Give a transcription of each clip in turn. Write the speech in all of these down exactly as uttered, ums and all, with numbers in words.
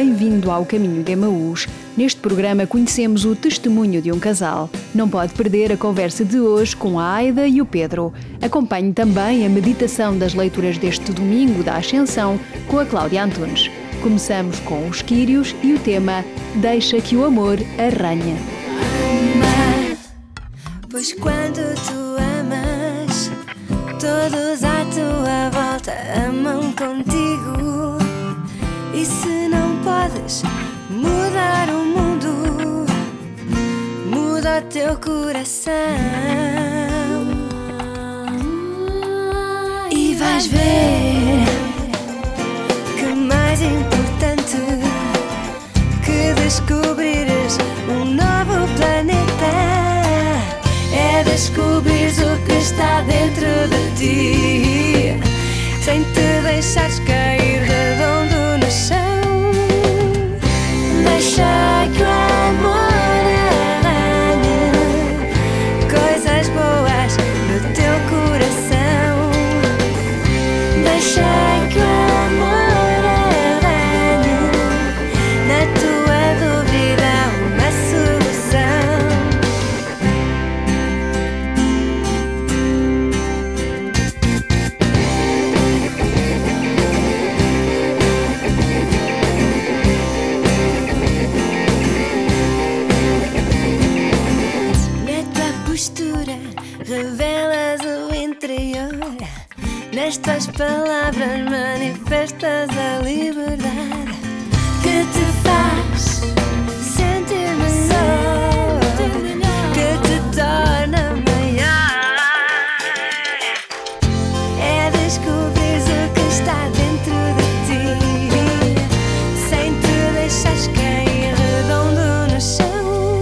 bem-vindo ao Caminho de Emaús. Neste programa conhecemos o testemunho de um casal. Não pode perder a conversa de hoje com a Aida e o Pedro. Acompanhe também a meditação das leituras deste domingo da Ascensão com a Cláudia Antunes. Começamos com os Quírios e o tema Deixa que o amor arranha. Ama, pois quando tu amas, todos à tua volta amam contigo. E se não podes mudar o mundo, muda o teu coração e vais ver que mais importante que descobrires um novo planeta é descobrires o que está dentro de ti, sem te deixares cair redondo no chão. Deixa que o amor arranhe coisas boas no teu coração. Deixa que o amor arranhe na tua dúvida uma solução. Revelas o interior, nas tuas palavras manifestas a liberdade que te faz sentir melhor, que te torna maior. É descobrir o que está dentro de ti, sem te deixares cair redondo no chão.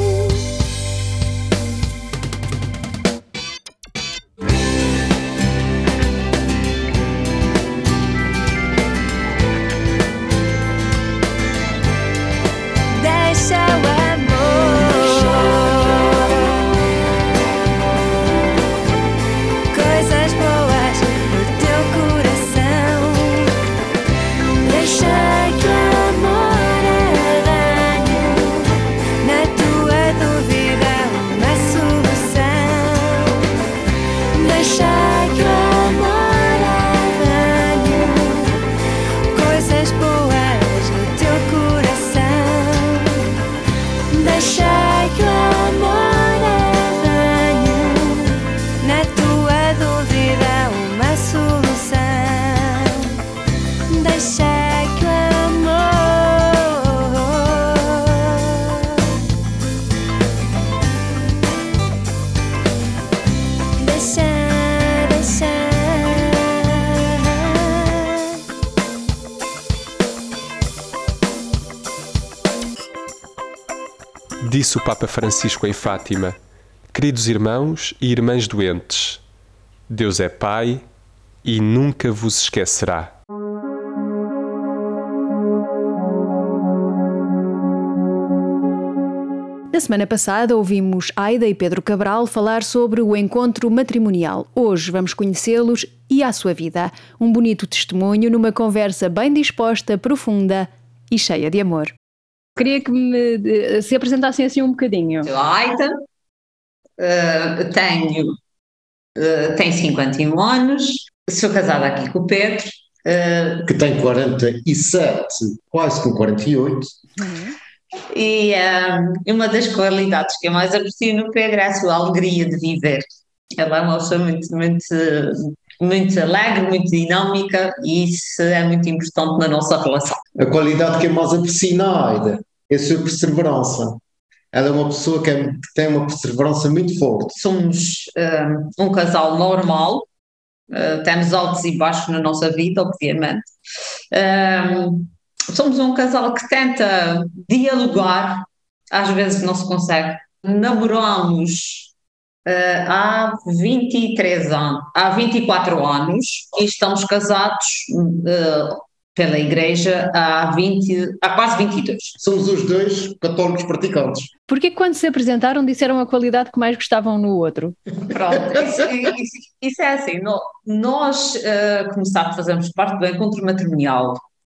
Deixa o amor, coisas boas no teu coração. Deixa que o amor arranhe na tua dúvida uma solução. Deixa que o amor arranhe coisas boas no teu coração. Deixa que o amor arranhe na tua dúvida uma solução. Deixa que o amor, deixa, deixa. Disse o Papa Francisco em Fátima: queridos irmãos e irmãs doentes, Deus é Pai e nunca vos esquecerá. Na semana passada ouvimos Aida e Pedro Cabral falar sobre o encontro matrimonial. Hoje vamos conhecê-los e a sua vida. Um bonito testemunho numa conversa bem disposta, profunda e cheia de amor. Queria que me se apresentassem assim um bocadinho. Eu, Aida, uh, tenho, uh, tenho cinquenta e um anos, sou casada aqui com o Pedro. Uh, que tem quarenta e sete, quase com quarenta e oito. Uhum. E uh, uma das qualidades que eu mais aprecio no Pedro é a sua alegria de viver. Ela é uma pessoa muito, muito, muito alegre, muito dinâmica, e isso é muito importante na nossa relação. A qualidade que eu mais aprecio na Aida é a sua perseverança. Ela é uma pessoa que, é, que tem uma perseverança muito forte. Somos um, um casal normal, uh, temos altos e baixos na nossa vida, obviamente. Um, somos um casal que tenta dialogar, às vezes não se consegue. Namoramos uh, há vinte e três anos, há vinte e quatro anos, e estamos casados uh, pela Igreja há, vinte, há quase vinte e dois. Somos os dois católicos praticantes. Porquê que quando se apresentaram disseram a qualidade que mais gostavam no outro? Pronto, isso, isso, isso é assim, no, nós uh, começámos, fazemos parte do encontro matrimonial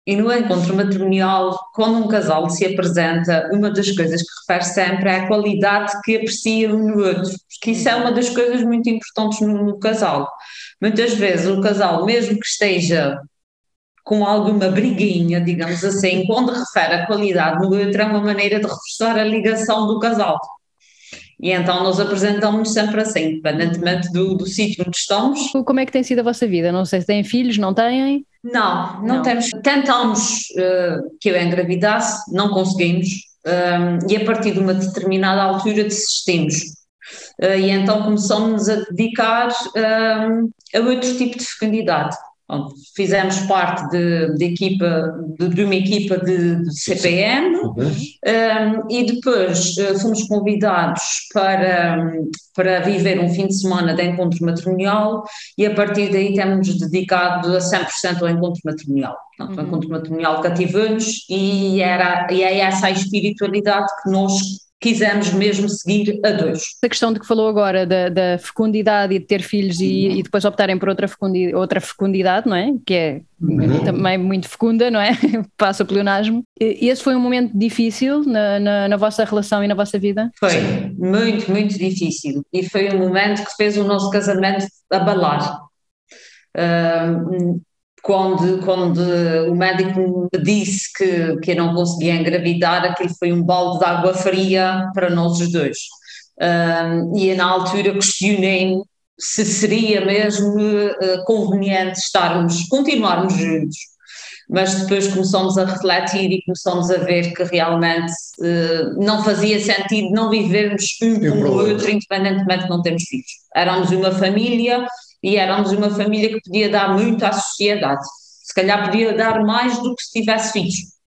E no encontro matrimonial, quando um casal se apresenta, uma das coisas que refere sempre é a qualidade que aprecia um no outro, porque isso é uma das coisas muito importantes no, no casal. Muitas vezes o casal, mesmo que esteja com alguma briguinha, digamos assim, quando refere a qualidade no outro, é uma maneira de reforçar a ligação do casal. E então nós apresentamos sempre assim, independentemente do, do sítio onde estamos. Como é que tem sido a vossa vida? Não sei se têm filhos, não têm? Não, não, Não. temos. Tentamos uh, que eu engravidasse, não conseguimos, um, e a partir de uma determinada altura desistimos. Uh, e então começamos a dedicar um, a outro tipo de fecundidade. Bom, fizemos parte de, de, equipa, de, de uma equipa de, de C P M, Uhum. um, e depois uh, fomos convidados para, um, para viver um fim de semana de encontro matrimonial, e a partir daí temos dedicado a cem por cento ao encontro matrimonial. Portanto, Uhum. o encontro matrimonial cativou-nos, e, era, e é essa a espiritualidade que nós quisemos mesmo seguir a dois. A questão de que falou agora da, da fecundidade e de ter filhos e, e depois optarem por outra fecundidade, outra fecundidade, não é? Que é Uhum. também muito fecunda, não é? Passa o pleonasmo. E esse foi um momento difícil na, na, na vossa relação e na vossa vida? Foi muito, muito difícil, e foi um momento que fez o nosso casamento abalar. Um, Quando, quando o médico me disse que, que eu não conseguia engravidar, aquilo foi um balde de água fria para nós os dois. Um, e eu, na altura, questionei-me se seria mesmo uh, conveniente estarmos, continuarmos juntos. Mas depois começamos a refletir e começamos a ver que realmente uh, não fazia sentido não vivermos um com o outro, independentemente de não termos filhos. Éramos uma família, e éramos uma família que podia dar muito à sociedade. Se calhar podia dar mais do que se tivesse filhos.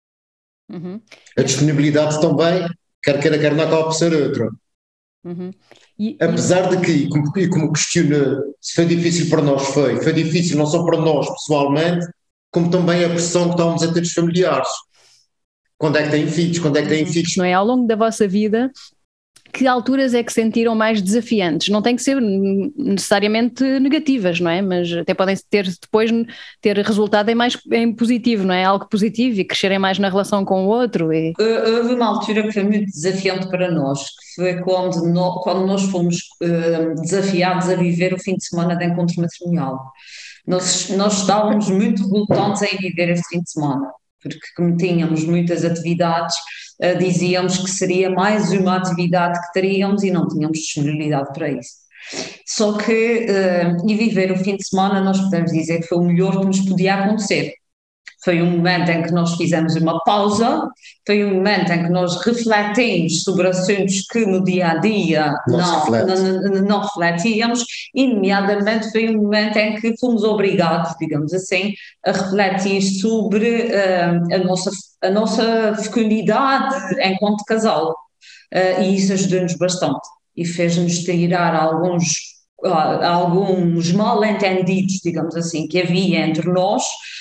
Uhum. A disponibilidade também, quer queira, quer não, acaba por ser outra. Uhum. E, Apesar de que, e como, e como questiona, se foi difícil para nós, foi. Foi difícil não só para nós pessoalmente, como também a pressão que estávamos a ter dos familiares. Quando é que têm filhos? Quando é que têm filhos? não é? Ao longo da vossa vida, que alturas é que sentiram mais desafiantes? Não tem que ser necessariamente negativas, não é? Mas até podem ter depois ter resultado em mais em positivo, não é? Algo positivo e crescerem mais na relação com o outro. E... Houve uma altura que foi muito desafiante para nós, que foi quando, no, quando nós fomos uh, desafiados a viver o fim de semana de encontro matrimonial. Nós, nós estávamos muito relutantes em viver este fim de semana, porque como tínhamos muitas atividades, uh, dizíamos que seria mais uma atividade que teríamos e não tínhamos disponibilidade para isso. Só que, uh, e viver o fim de semana, nós podemos dizer que foi o melhor que nos podia acontecer. Foi um momento em que nós fizemos uma pausa, foi um momento em que nós refletimos sobre assuntos que no dia-a-dia Não não, se reflete. não, não, não refletíamos, e nomeadamente foi um momento em que fomos obrigados, digamos assim, a refletir sobre uh, a, nossa, a nossa fecundidade enquanto casal, uh, e isso ajudou-nos bastante e fez-nos tirar alguns, uh, alguns mal-entendidos, digamos assim, que havia entre nós.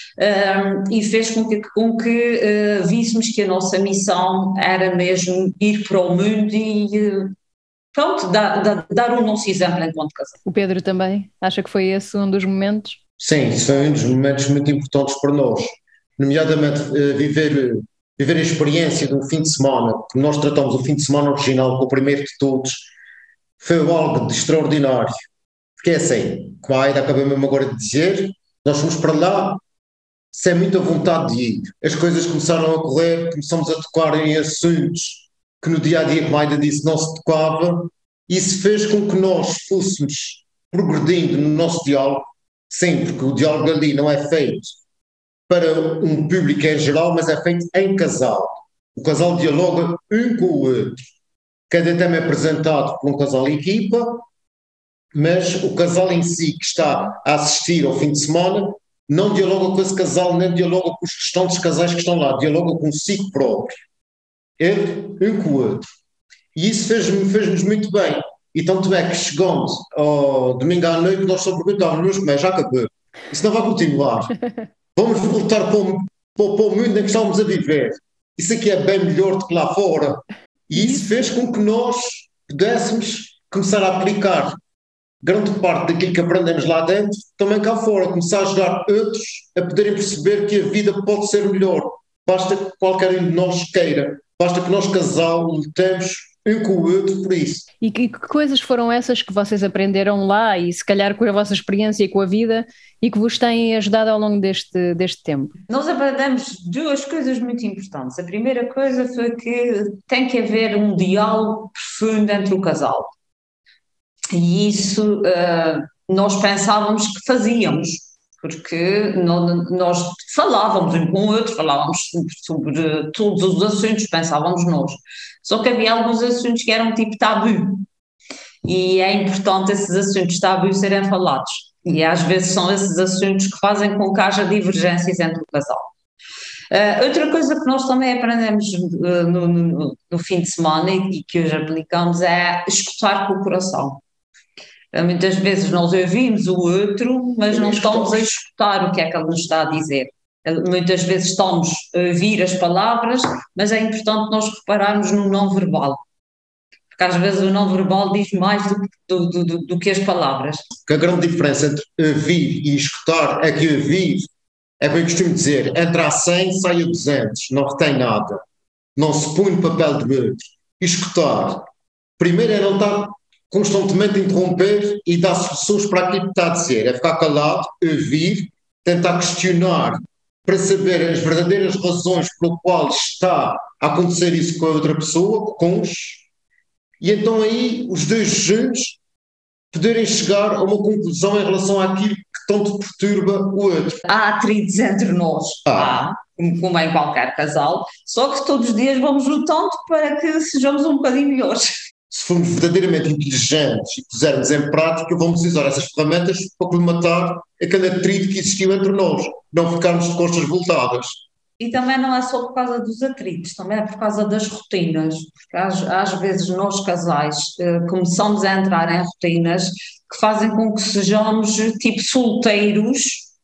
Um, e fez com que, com que uh, víssemos que a nossa missão era mesmo ir para o mundo e uh, pronto, dar, dar, dar o nosso exemplo enquanto casal. O Pedro também? Acha que foi esse um dos momentos? Sim, isso foi um dos momentos muito importantes para nós, nomeadamente uh, viver, viver a experiência de um fim de semana, que nós tratamos o fim de semana original como o primeiro de todos, foi algo de extraordinário, porque é assim, como a Aida acabou mesmo agora de dizer, nós fomos para lá sem muita vontade de ir. As coisas começaram a correr, começamos a tocar em assuntos que no dia-a-dia, como a Aida disse, não se tocava, e isso fez com que nós fôssemos progredindo no nosso diálogo, sim, porque o diálogo ali não é feito para um público em geral, mas é feito em casal. O casal dialoga um com o outro. Cada tema é apresentado por um casal em equipa, mas o casal em si que está a assistir ao fim de semana não dialoga com esse casal, nem dialoga com os restantes casais que estão lá, dialoga consigo próprio. Ele, um com o outro. E isso fez-nos fez muito bem. E tanto é que chegando ao domingo à noite, nós só perguntávamos, mas já acabou. Isso não vai continuar. Vamos voltar para o, para, para o mundo em que estamos a viver. Isso aqui é bem melhor do que lá fora. E isso fez com que nós pudéssemos começar a aplicar grande parte daquilo que aprendemos lá dentro, também cá fora, começar a ajudar outros a poderem perceber que a vida pode ser melhor. Basta que qualquer um de nós queira, basta que nós casal lutemos um com o outro por isso. E que, que coisas foram essas que vocês aprenderam lá e se calhar com a vossa experiência e com a vida e que vos têm ajudado ao longo deste, deste tempo? Nós aprendemos duas coisas muito importantes. A primeira coisa foi que tem que haver um diálogo profundo entre o casal. E isso uh, nós pensávamos que fazíamos, porque no, nós falávamos um com o outro, falávamos sobre, sobre todos os assuntos, pensávamos nós. Só que havia alguns assuntos que eram tipo tabu, e é importante esses assuntos tabu serem falados. E às vezes são esses assuntos que fazem com que haja divergências entre o casal. Uh, outra coisa que nós também aprendemos uh, no, no, no fim de semana e, e que hoje aplicamos é escutar com o coração. Uh, muitas vezes nós ouvimos o outro, mas não estamos a escutar o que é que ele nos está a dizer. Uh, muitas vezes estamos a ouvir as palavras, mas é importante nós repararmos no não-verbal. Porque às vezes o não-verbal diz mais do, do, do, do, do que as palavras. Que a grande diferença entre ouvir e escutar é que ouvir, é como eu costumo dizer, entra a cem, sai a duzentos, não retém nada, não se põe no papel de outro. E escutar, primeiro é não estar constantemente a interromper e dar soluções para aquilo que está a dizer, é ficar calado, ouvir, tentar questionar para saber as verdadeiras razões pelas quais está a acontecer isso com a outra pessoa, com os, e então aí os dois juntos poderem chegar a uma conclusão em relação àquilo que tanto perturba o outro. Há atritos entre nós, Ah. há, como em qualquer casal, só que todos os dias vamos lutando para que sejamos um bocadinho melhores. Se formos verdadeiramente inteligentes e pusermos em prática, vamos usar essas ferramentas para colmatar aquele atrito que existiu entre nós, não ficarmos de costas voltadas. E também não é só por causa dos atritos, também é por causa das rotinas, porque às, às vezes nós casais eh, começamos a entrar em rotinas que fazem com que sejamos tipo solteiros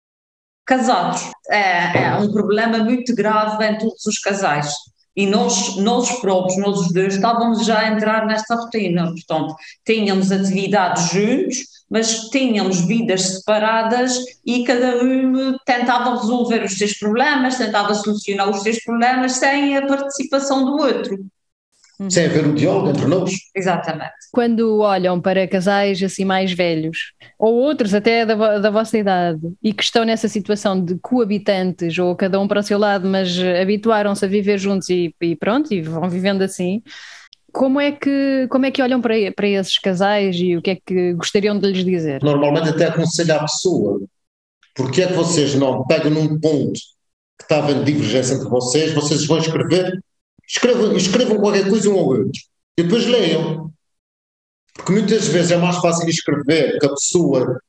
casados. É, é um problema muito grave em todos os casais. E nós, nós próprios, nós os dois, estávamos já a entrar nesta rotina. Portanto, tínhamos atividades juntos, mas tínhamos vidas separadas e cada um tentava resolver os seus problemas, tentava solucionar os seus problemas sem a participação do outro. Sem haver um diálogo entre nós. Exatamente. Quando olham para casais assim mais velhos, ou outros até da, vo- da vossa idade, e que estão nessa situação de coabitantes, ou cada um para o seu lado, mas habituaram-se a viver juntos e, e pronto, e vão vivendo assim, como é que, como é que olham para, para esses casais e o que é que gostariam de lhes dizer? Normalmente até aconselho à pessoa, porque é que vocês não pegam num ponto que estava em divergência entre vocês, vocês vão escrever, escrevam, escrevam qualquer coisa um ao outro, e depois leiam. Porque muitas vezes é mais fácil escrever que a pessoa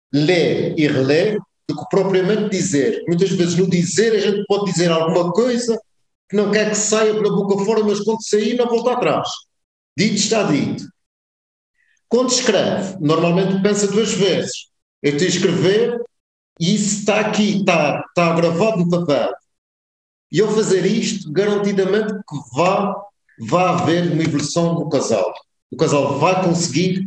lê e relê do que propriamente dizer. Muitas vezes no dizer a gente pode dizer alguma coisa que não quer que saia pela boca fora, mas quando sair não volta atrás. Dito está dito. Quando escreve, normalmente pensa duas vezes. Eu estou a escrever e isso está aqui, está, está gravado no papel. E ao fazer isto, garantidamente que vai, vai haver uma evolução no casal. O casal vai conseguir,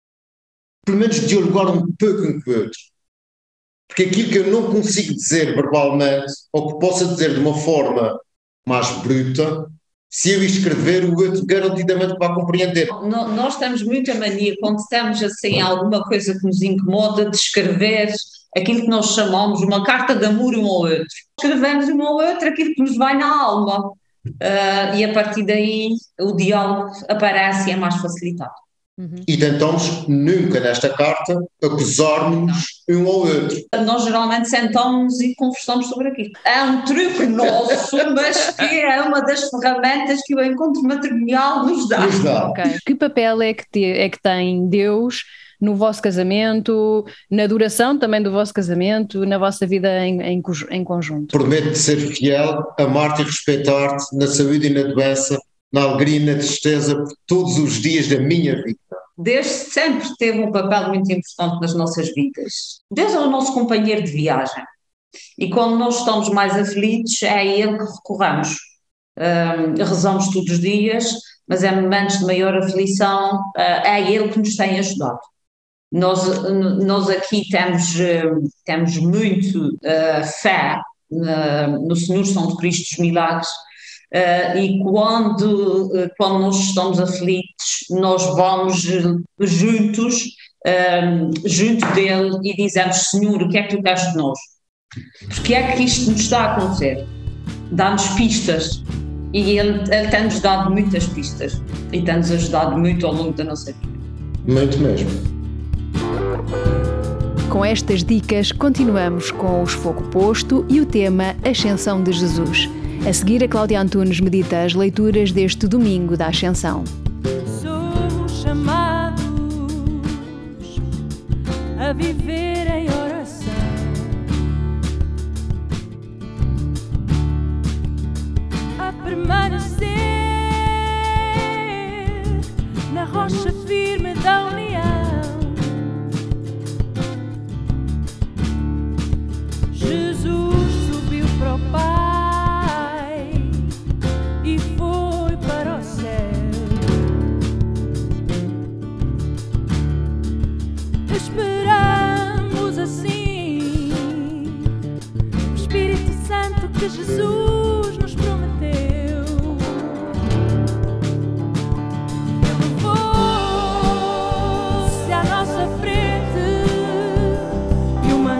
pelo menos, dialogar um pouco um com o outro. Porque aquilo que eu não consigo dizer verbalmente, ou que possa dizer de uma forma mais bruta, se eu escrever, o outro garantidamente vai compreender. No- Nós temos muita mania, quando temos assim alguma coisa que nos incomoda, de escrever aquilo que nós chamamos uma carta de amor um ao outro. Escrevemos um ao outro aquilo que nos vai na alma. Ah, e a partir daí o diálogo aparece e é mais facilitado. E tentamos nunca nesta carta acusar-nos um ao outro. Nós geralmente sentamos e conversamos sobre aquilo. É um truque nosso, mas que é uma das ferramentas que o encontro matrimonial nos dá. Nos dá. Ok. Que papel é que, te- é que tem Deus no vosso casamento, na duração também do vosso casamento, na vossa vida em, em, conju- em conjunto? Prometo ser fiel, amar-te e respeitar-te na saúde e na doença, na alegria e na tristeza, por todos os dias da minha vida. Deus sempre teve um papel muito importante nas nossas vidas. Deus é o nosso companheiro de viagem. E quando nós estamos mais aflitos, é a Ele que recorremos. Hum, rezamos todos os dias, mas em momentos de maior aflição, ah, é Ele que nos tem ajudado. Nós, nós aqui temos, eh, temos muito eh, fé na- no Senhor São Cristo dos Milagres, eh, e quando, eh, quando nós estamos aflitos, nós vamos eh, juntos, eh, junto dele e dizemos: Senhor, o que é que tu queres de nós? Porque é que isto nos está a acontecer? Dá-nos pistas e ele, ele tem-nos dado muitas pistas e tem-nos ajudado muito ao longo da nossa vida. Muito mesmo. Com estas dicas, continuamos com os Fogo Posto e o tema Ascensão de Jesus. A seguir, a Cláudia Antunes medita as leituras deste domingo da Ascensão. Somos chamados a viver em oração, a permanecer na rocha firme da união. Jesus subiu para o Pai e foi para o céu. Esperamos assim o Espírito Santo que Jesus nos prometeu. Ele levou-se à nossa frente e uma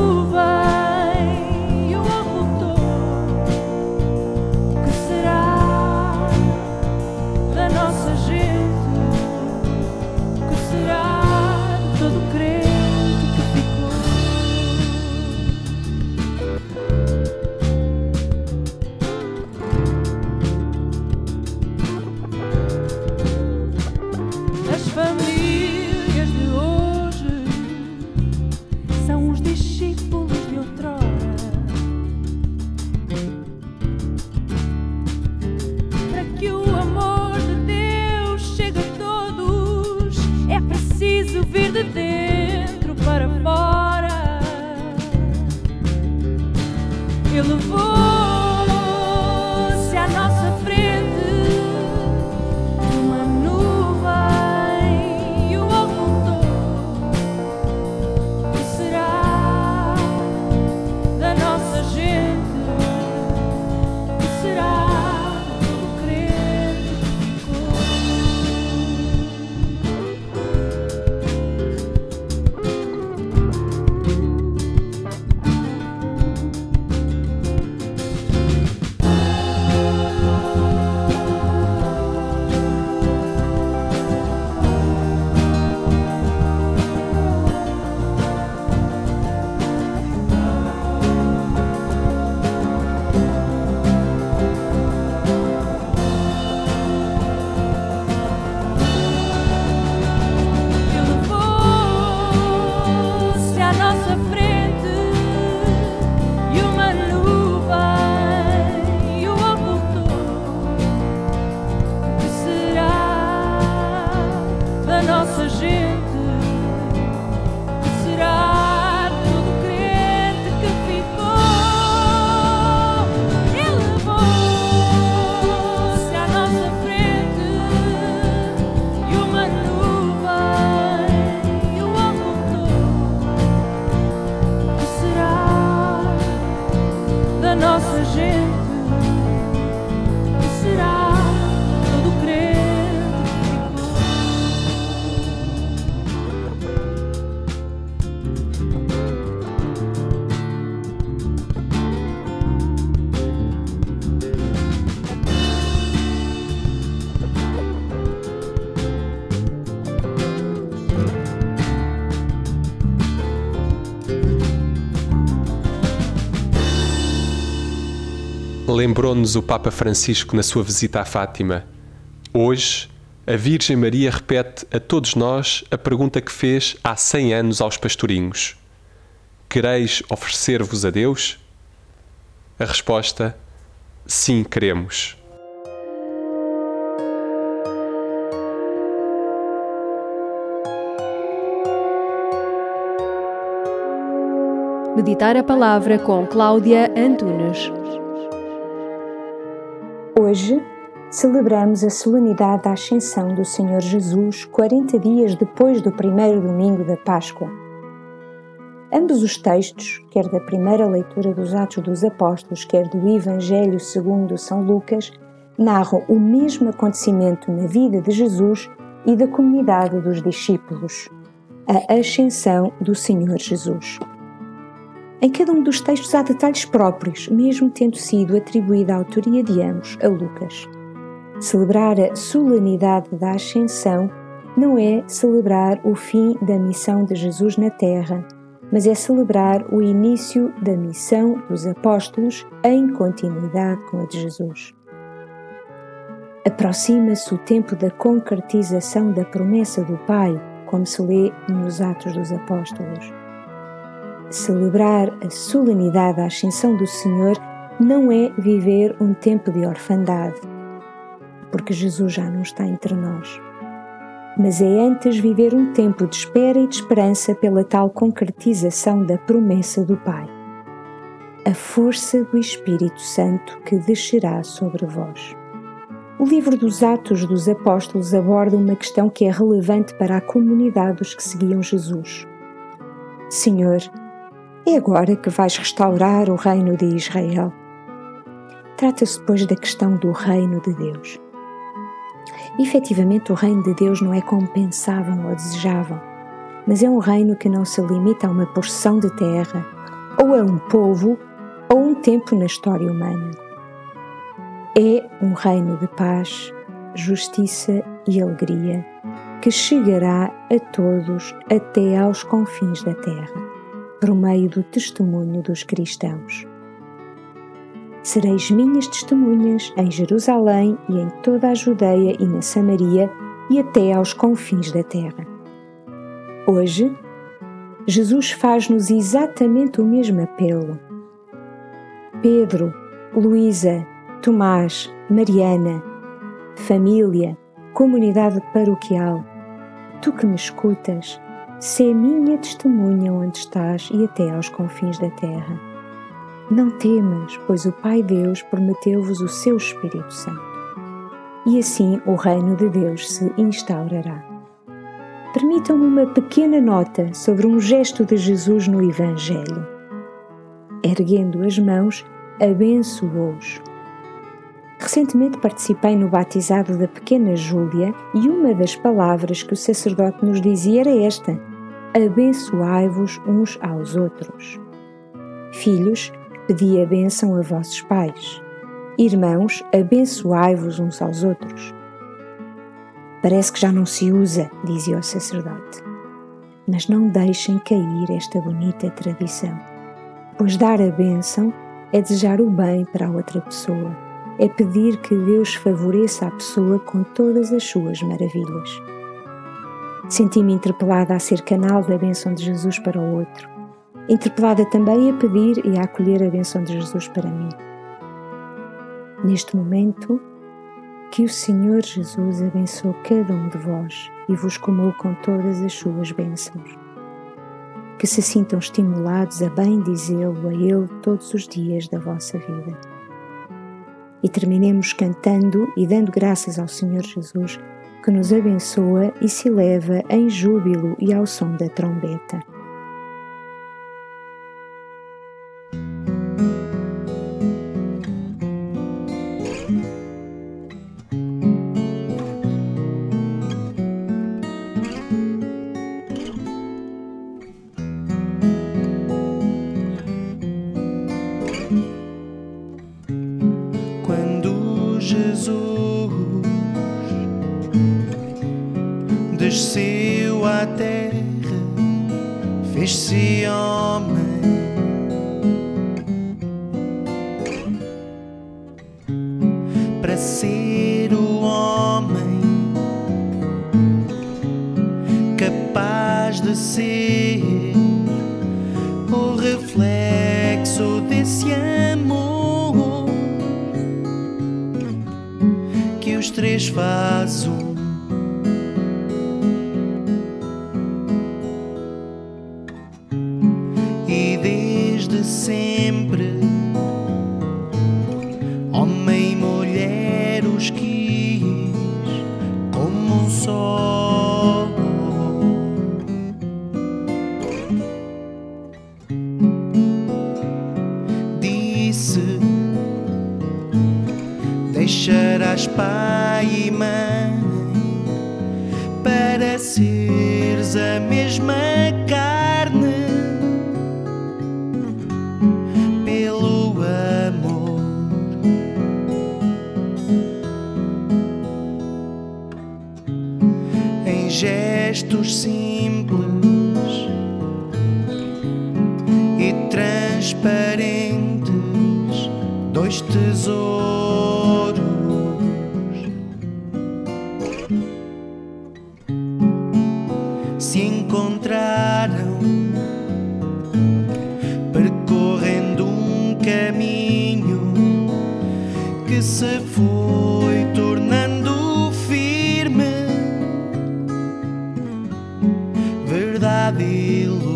nuvem o ocultou. Que será da nossa gente? Que será de todo crente que ficou? As famílias de hoje são os discípulos de outrora. Para que o amor de Deus chegue a todos, é preciso vir de dentro para fora. Ele levou-se à nossa frente uma nuvem e o ocultou. Que será da nossa gente? Que será do crente que ficou? Ele levou-se à nossa frente e uma nuvem o ocultou. Que será da nossa gente? Que será do crente que ficou? Ele levou-se à nossa frente e uma nuvem o ocultou. Que será da nossa gente? Que será todo crente que Lembrou-nos o Papa Francisco na sua visita à Fátima. Hoje, a Virgem Maria repete a todos nós a pergunta que fez há cem anos aos pastorinhos: quereis oferecer-vos a Deus? A resposta: sim, queremos. Meditar a palavra com Cláudia Antunes. Hoje, celebramos a solenidade da Ascensão do Senhor Jesus quarenta dias depois do primeiro domingo da Páscoa. Ambos os textos, quer da primeira leitura dos Atos dos Apóstolos, quer do Evangelho segundo São Lucas, narram o mesmo acontecimento na vida de Jesus e da comunidade dos discípulos, a Ascensão do Senhor Jesus. Em cada um dos textos há detalhes próprios, mesmo tendo sido atribuída a autoria de ambos a Lucas. Celebrar a solenidade da Ascensão não é celebrar o fim da missão de Jesus na Terra, mas é celebrar o início da missão dos apóstolos em continuidade com a de Jesus. Aproxima-se o tempo da concretização da promessa do Pai, como se lê nos Atos dos Apóstolos. Celebrar a solenidade da Ascensão do Senhor não é viver um tempo de orfandade, porque Jesus já não está entre nós, mas é antes viver um tempo de espera e de esperança pela tal concretização da promessa do Pai. A força do Espírito Santo que descerá sobre vós. O livro dos Atos dos Apóstolos aborda uma questão que é relevante para a comunidade dos que seguiam Jesus. Senhor, é agora que vais restaurar o reino de Israel? Trata-se, pois, da questão do reino de Deus. Efetivamente, o reino de Deus não é como pensavam ou desejavam, mas é um reino que não se limita a uma porção de terra, ou a um povo, ou um tempo na história humana. É um reino de paz, justiça e alegria, que chegará a todos até aos confins da terra, por meio do testemunho dos cristãos. Sereis minhas testemunhas em Jerusalém e em toda a Judeia e na Samaria e até aos confins da terra. Hoje, Jesus faz-nos exatamente o mesmo apelo. Pedro, Luísa, Tomás, Mariana, família, comunidade paroquial, tu que me escutas, sê minha testemunha onde estás e até aos confins da terra. Não temas, pois o Pai Deus prometeu-vos o seu Espírito Santo. E assim o reino de Deus se instaurará. Permitam-me uma pequena nota sobre um gesto de Jesus no Evangelho. Erguendo as mãos, abençoou-os. Recentemente participei no batizado da pequena Júlia e uma das palavras que o sacerdote nos dizia era esta: abençoai-vos uns aos outros. Filhos, pedi a bênção a vossos pais. Irmãos, abençoai-vos uns aos outros. Parece que já não se usa, dizia o sacerdote. Mas não deixem cair esta bonita tradição, pois dar a bênção é desejar o bem para a outra pessoa, é pedir que Deus favoreça a pessoa com todas as suas maravilhas. Senti-me interpelada a ser canal da bênção de Jesus para o outro, interpelada também a pedir e a acolher a bênção de Jesus para mim. Neste momento, que o Senhor Jesus abençoe cada um de vós e vos comule com todas as suas bênçãos. Que se sintam estimulados a bem dizê-lo a Ele todos os dias da vossa vida. E terminemos cantando e dando graças ao Senhor Jesus, que nos abençoa e se eleva em júbilo e ao som da trombeta. Jesus desceu à terra, fez-se homem, para ser o homem capaz de ser o reflexo desse amor que os três fazem. E desde sempre, homem e mulher, os que pai e mãe, para seres a mesma carne, pelo amor. Em gestos simples e transparentes, dois tesouros se encontraram, percorrendo um caminho que se foi tornando firme, verdade e luz.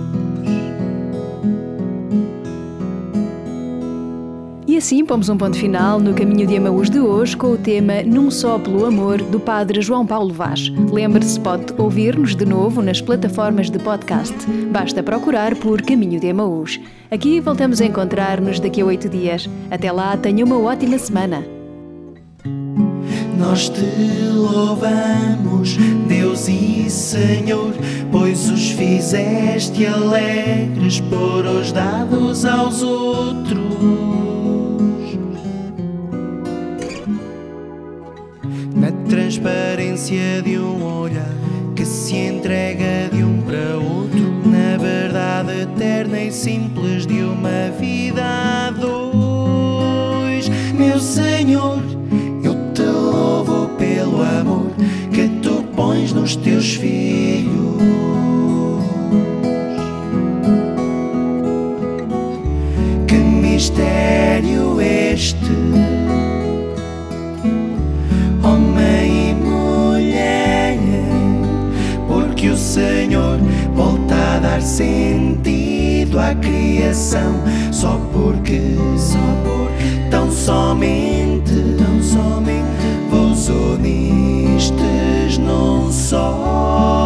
E assim pomos um ponto final no Caminho de Emaús de hoje com o tema Num Só Pelo Amor, do Padre João Paulo Vaz. Lembre-se, pode ouvir-nos de novo nas plataformas de podcast. Basta procurar por Caminho de Emaús. Aqui voltamos a encontrar-nos daqui a oito dias. Até lá, tenha uma ótima semana. Nós te louvamos, Deus e Senhor, pois os fizeste alegres por os dados aos outros. Na transparência de um olhar que se entrega de um para outro, na verdade eterna e simples de uma vida a dois. Meu Senhor, eu te louvo pelo amor que tu pões nos teus filhos. Que mistério este, homem e mulher, porque o Senhor volta a dar sentido à criação, só porque, só porque, tão somente, tão somente vos unistes num só.